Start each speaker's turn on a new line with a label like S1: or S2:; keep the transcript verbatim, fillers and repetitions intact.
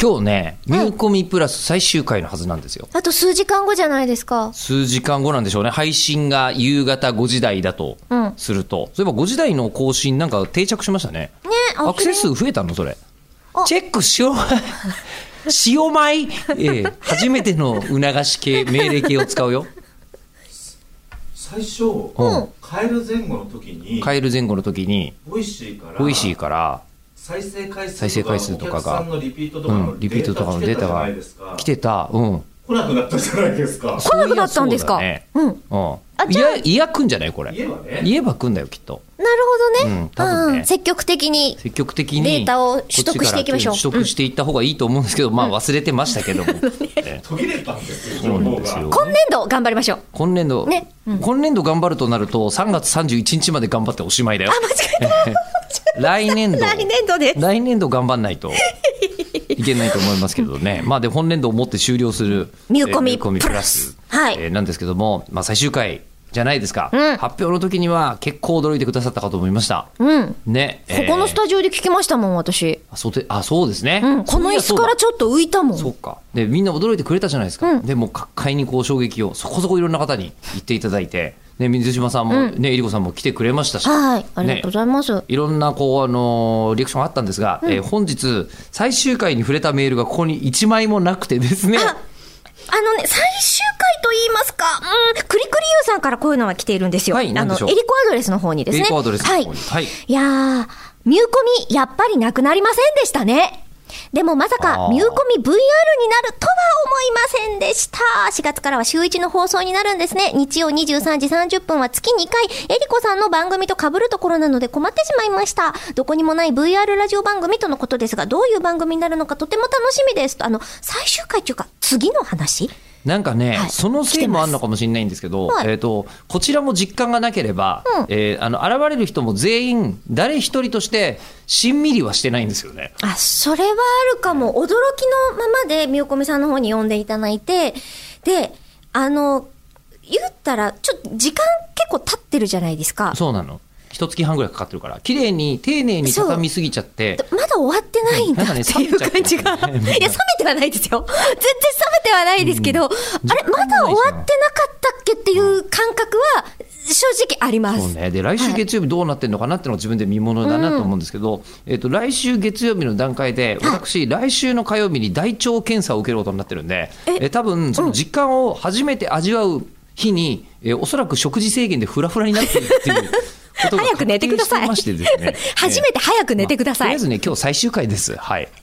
S1: 今日ねミューコミプラス最終回のはずなんですよ。
S2: あと数時間後じゃないですか。
S1: 数時間後なんでしょうね。配信が夕方ごじ台だとすると、うん、そういえばごじ台の更新なんか定着しましたね。
S2: ね、
S1: アクセス数増えたのそれ。チェックしよう塩米、えー、初めての促し系命令系を使うよ。
S3: 最初、うん、帰る前後の時に
S1: 帰る前後の時に
S3: ボイシーから
S1: ボイシーから
S3: 再生回
S1: 再生回数とかが、
S3: リピートとかのデータが
S1: 来てた、うん、
S3: 来なくなったじゃないですか。
S2: 来なくなったんですか。
S1: ね、うん、うん、あ、じゃあいや来んじゃないこれ。
S3: 言えばね。
S1: 言えば来んだよきっと。
S2: なるほどね。うん、多分ね、うん、積極的に
S1: 積極的に
S2: データを取得していきましょう。
S1: 取得していった方がいいと思うんですけど、うん、まあ忘れてましたけども。
S3: 途切れたんです
S1: よ。
S3: 今
S2: 年度頑張りましょう。
S1: 今年度、ね、うん、今年度頑張るとなるとさんがつさんじゅういちにちまで頑張っておしまいだよ。
S2: あ、間違えた。
S1: 来年度
S2: 来年度です。
S1: 来年度頑張んないといけないと思いますけどね。まあで本年度をもって終了する
S2: ミューコミ
S1: えー、ミューコミプラス、
S2: はい、
S1: えー、なんですけども、まあ、最終回じゃないですか、うん、発表の時には結構驚いてくださったかと思いました、
S2: うん
S1: ね、
S2: えー、ここのスタジオで聞きましたもん私。
S1: あ、そうで、あ、そうですね、
S2: うん、この椅子からちょっと浮いたもん。
S1: そうか。でみんな驚いてくれたじゃないですか、うん、でも各界にこう衝撃をそこそこいろんな方に言っていただいて、ね、水島さんも、うんね、えりこさんも来てくれましたし、
S2: はい、ありがとうございます、ね、
S1: いろんなこう、あのー、リアクションがあったんですが、うん、えー、本日最終回に触れたメールがここにいちまいもなくてですね、
S2: ああのね、最終回と言いますか、うん、クリクリユーさんからこういうのが来ているんですよ。
S1: はい、
S2: あのエリコアドレスの方にですね。
S1: エリコアドレスの方に、はいはい、
S2: いやー、ミューコミやっぱりなくなりませんでしたね。でもまさかミューコミ ブイアール になるとは思いませんでした。しがつからは週いちの放送になるんですね。日曜にじゅうさんじさんじゅっぷんは月にかい、えりこさんの番組と被るところなので困ってしまいました。どこにもない ブイアール ラジオ番組とのことですが、どういう番組になるのかとても楽しみですと。あの最終回というか次の話
S1: なんかね、はい、そのせいもあるのかもしれないんですけど、はい、えーと、こちらも実感がなければ、うん、えー、あの現れる人も全員誰一人としてしんみりはしてないんですよね。
S2: あ、それはあるかも。驚きのままでみよこみさんの方に呼んでいただいて、で、あの言ったらちょっと時間結構経ってるじゃないですか。
S1: そうなの。一月半ぐらいかかってるから綺麗に丁寧に畳みすぎちゃって
S2: まだ終わってないんだっていう感じが、いや冷めてはないですよ、全然冷めてはないですけど、うん、あれまだ終わってなかったっけっていう感覚は正直あります。
S1: そうね。で来週月曜日どうなってるのかなっていうのが自分で見ものだなと思うんですけど、うん、えー、と来週月曜日の段階で私、はい、来週の火曜日に大腸検査を受けることになってるんで、ええ多分その実感を初めて味わう日に、うん、えー、おそらく食事制限でフラフラになってるっていう早
S2: く寝てください。
S1: ね、
S2: 初めて早く寝てください。
S1: まあ、とりあえずね今日最終回です。はい。